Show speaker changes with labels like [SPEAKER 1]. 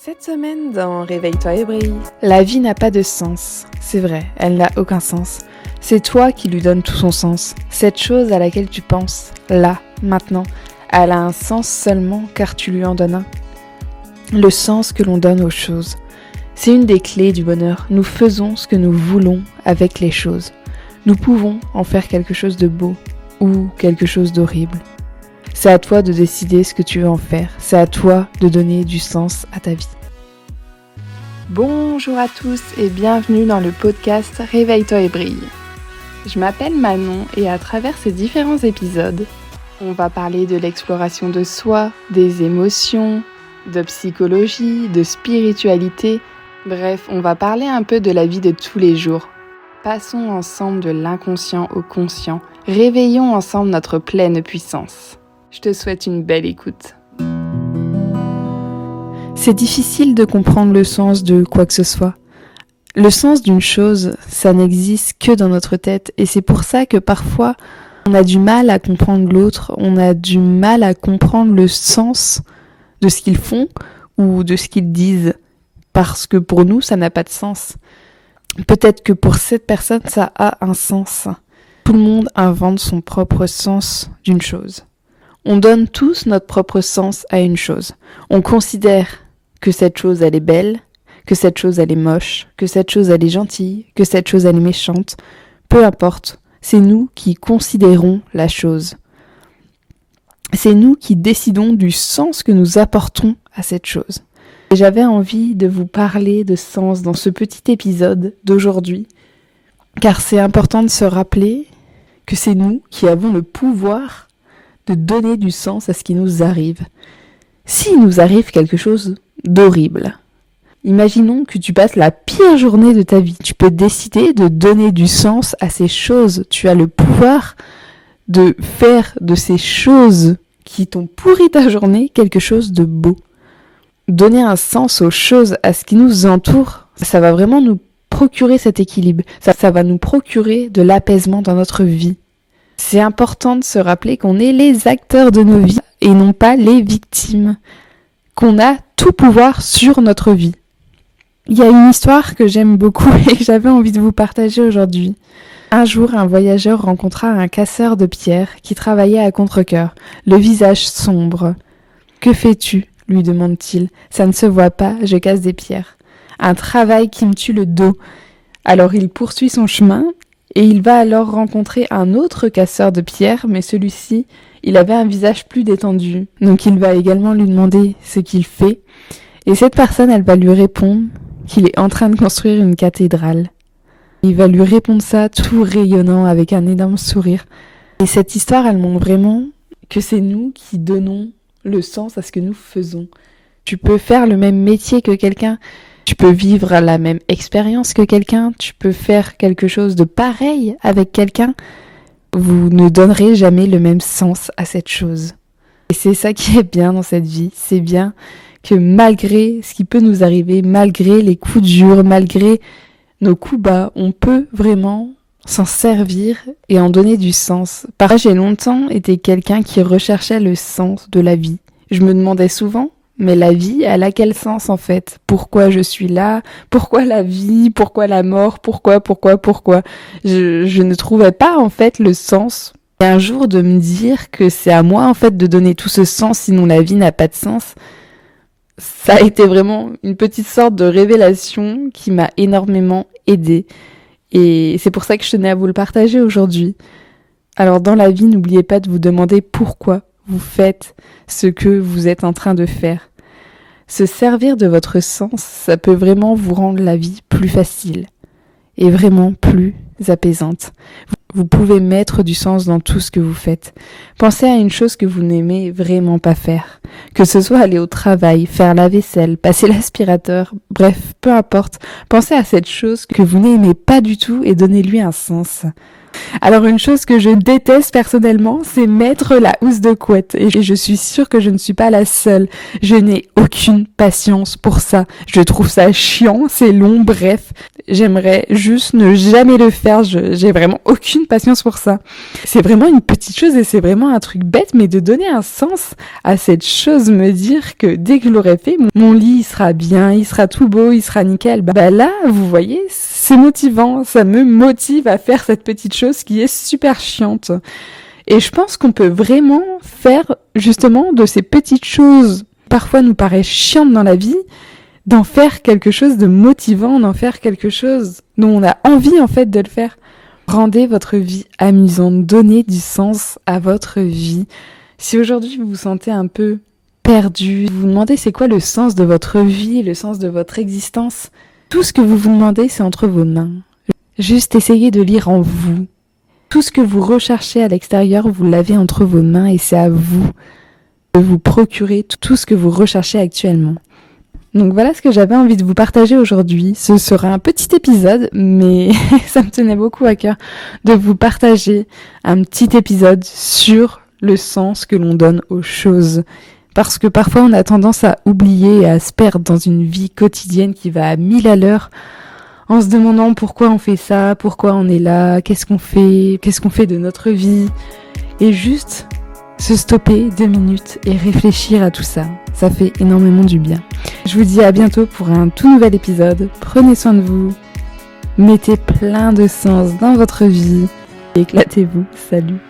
[SPEAKER 1] Cette semaine dans Réveille-toi et brille, la vie n'a pas de sens. C'est vrai, elle n'a aucun sens. C'est toi qui lui donnes tout son sens. Cette chose à laquelle tu penses, là, maintenant, elle a un sens seulement car tu lui en donnes un. Le sens que l'on donne aux choses. C'est une des clés du bonheur. Nous faisons ce que nous voulons avec les choses. Nous pouvons en faire quelque chose de beau ou quelque chose d'horrible. C'est à toi de décider ce que tu veux en faire. C'est à toi de donner du sens à ta vie. Bonjour à tous et bienvenue dans le podcast Réveille-toi et brille. Je m'appelle Manon et à travers ces différents épisodes, on va parler de l'exploration de soi, des émotions, de psychologie, de spiritualité. Bref, on va parler un peu de la vie de tous les jours. Passons ensemble de l'inconscient au conscient. Réveillons ensemble notre pleine puissance. Je te souhaite une belle écoute. C'est difficile de comprendre le sens de quoi que ce soit. Le sens d'une chose, ça n'existe que dans notre tête et c'est pour ça que parfois on a du mal à comprendre l'autre, on a du mal à comprendre le sens de ce qu'ils font ou de ce qu'ils disent parce que pour nous ça n'a pas de sens. Peut-être que pour cette personne ça a un sens. Tout le monde invente son propre sens d'une chose. On donne tous notre propre sens à une chose. On considère que cette chose elle est belle, que cette chose elle est moche, que cette chose elle est gentille, que cette chose elle est méchante. Peu importe, c'est nous qui considérons la chose. C'est nous qui décidons du sens que nous apportons à cette chose. Et j'avais envie de vous parler de sens dans ce petit épisode d'aujourd'hui, car c'est important de se rappeler que c'est nous qui avons le pouvoir de donner du sens à ce qui nous arrive. S'il nous arrive quelque chose d'horrible, imaginons que tu passes la pire journée de ta vie. Tu peux décider de donner du sens à ces choses. Tu as le pouvoir de faire de ces choses qui t'ont pourri ta journée quelque chose de beau. Donner un sens aux choses, à ce qui nous entoure, ça va vraiment nous procurer cet équilibre. Ça va nous procurer de l'apaisement dans notre vie. C'est important de se rappeler qu'on est les acteurs de nos vies et non pas les victimes. Qu'on a tout pouvoir sur notre vie. Il y a une histoire que j'aime beaucoup et que j'avais envie de vous partager aujourd'hui. Un jour, un voyageur rencontra un casseur de pierres qui travaillait à contre-cœur, le visage sombre. « Que fais-tu » lui demande-t-il. « Ça ne se voit pas, je casse des pierres. »« Un travail qui me tue le dos. » Alors il poursuit son chemin et il va alors rencontrer un autre casseur de pierres, mais celui-ci, il avait un visage plus détendu. Donc il va également lui demander ce qu'il fait. Et cette personne, elle va lui répondre qu'il est en train de construire une cathédrale. Il va lui répondre ça tout rayonnant avec un énorme sourire. Et cette histoire, elle montre vraiment que c'est nous qui donnons le sens à ce que nous faisons. Tu peux faire le même métier que quelqu'un, tu peux vivre la même expérience que quelqu'un, tu peux faire quelque chose de pareil avec quelqu'un. Vous ne donnerez jamais le même sens à cette chose. Et c'est ça qui est bien dans cette vie. C'est bien que malgré ce qui peut nous arriver, malgré les coups durs, malgré nos coups bas, on peut vraiment s'en servir et en donner du sens. Par exemple, j'ai longtemps été quelqu'un qui recherchait le sens de la vie. Je me demandais souvent, mais la vie, elle a quel sens en fait? Pourquoi je suis là? Pourquoi la vie? Pourquoi la mort? Pourquoi? Je ne trouvais pas en fait le sens. Et un jour de me dire que c'est à moi en fait de donner tout ce sens, sinon la vie n'a pas de sens. Ça a été vraiment une petite sorte de révélation qui m'a énormément aidée. Et c'est pour ça que je tenais à vous le partager aujourd'hui. Alors dans la vie, n'oubliez pas de vous demander pourquoi vous faites ce que vous êtes en train de faire. Se servir de votre sens, ça peut vraiment vous rendre la vie plus facile et vraiment plus apaisante. Vous pouvez mettre du sens dans tout ce que vous faites. Pensez à une chose que vous n'aimez vraiment pas faire. Que ce soit aller au travail, faire la vaisselle, passer l'aspirateur, bref, peu importe. Pensez à cette chose que vous n'aimez pas du tout et donnez-lui un sens. Alors une chose que je déteste personnellement, c'est mettre la housse de couette. Et je suis sûre que je ne suis pas la seule. Je n'ai aucune patience pour ça. Je trouve ça chiant, c'est long, bref. J'aimerais juste ne jamais le faire. J'ai vraiment aucune patience pour ça. C'est vraiment une petite chose et c'est vraiment un truc bête, mais de donner un sens à cette chose, me dire que dès que je l'aurai fait, mon lit il sera bien, il sera tout beau, il sera nickel. Bah là, vous voyez, c'est motivant. Ça me motive à faire cette petite chose qui est super chiante. Et je pense qu'on peut vraiment faire justement de ces petites choses parfois nous paraissent chiantes dans la vie, d'en faire quelque chose de motivant, d'en faire quelque chose dont on a envie en fait de le faire. Rendez votre vie amusante, donnez du sens à votre vie. Si aujourd'hui vous vous sentez un peu perdu, vous vous demandez c'est quoi le sens de votre vie, le sens de votre existence, tout ce que vous vous demandez c'est entre vos mains. Juste essayez de lire en vous. Tout ce que vous recherchez à l'extérieur, vous l'avez entre vos mains et c'est à vous de vous procurer tout ce que vous recherchez actuellement. Donc voilà ce que j'avais envie de vous partager aujourd'hui. Ce sera un petit épisode, mais ça me tenait beaucoup à cœur de vous partager un petit épisode sur le sens que l'on donne aux choses. Parce que parfois on a tendance à oublier et à se perdre dans une vie quotidienne qui va à 1000 à l'heure, en se demandant pourquoi on fait ça, pourquoi on est là, qu'est-ce qu'on fait de notre vie. Et juste se stopper 2 minutes et réfléchir à tout ça. Ça fait énormément du bien. Je vous dis à bientôt pour un tout nouvel épisode. Prenez soin de vous. Mettez plein de sens dans votre vie. Éclatez-vous. Salut.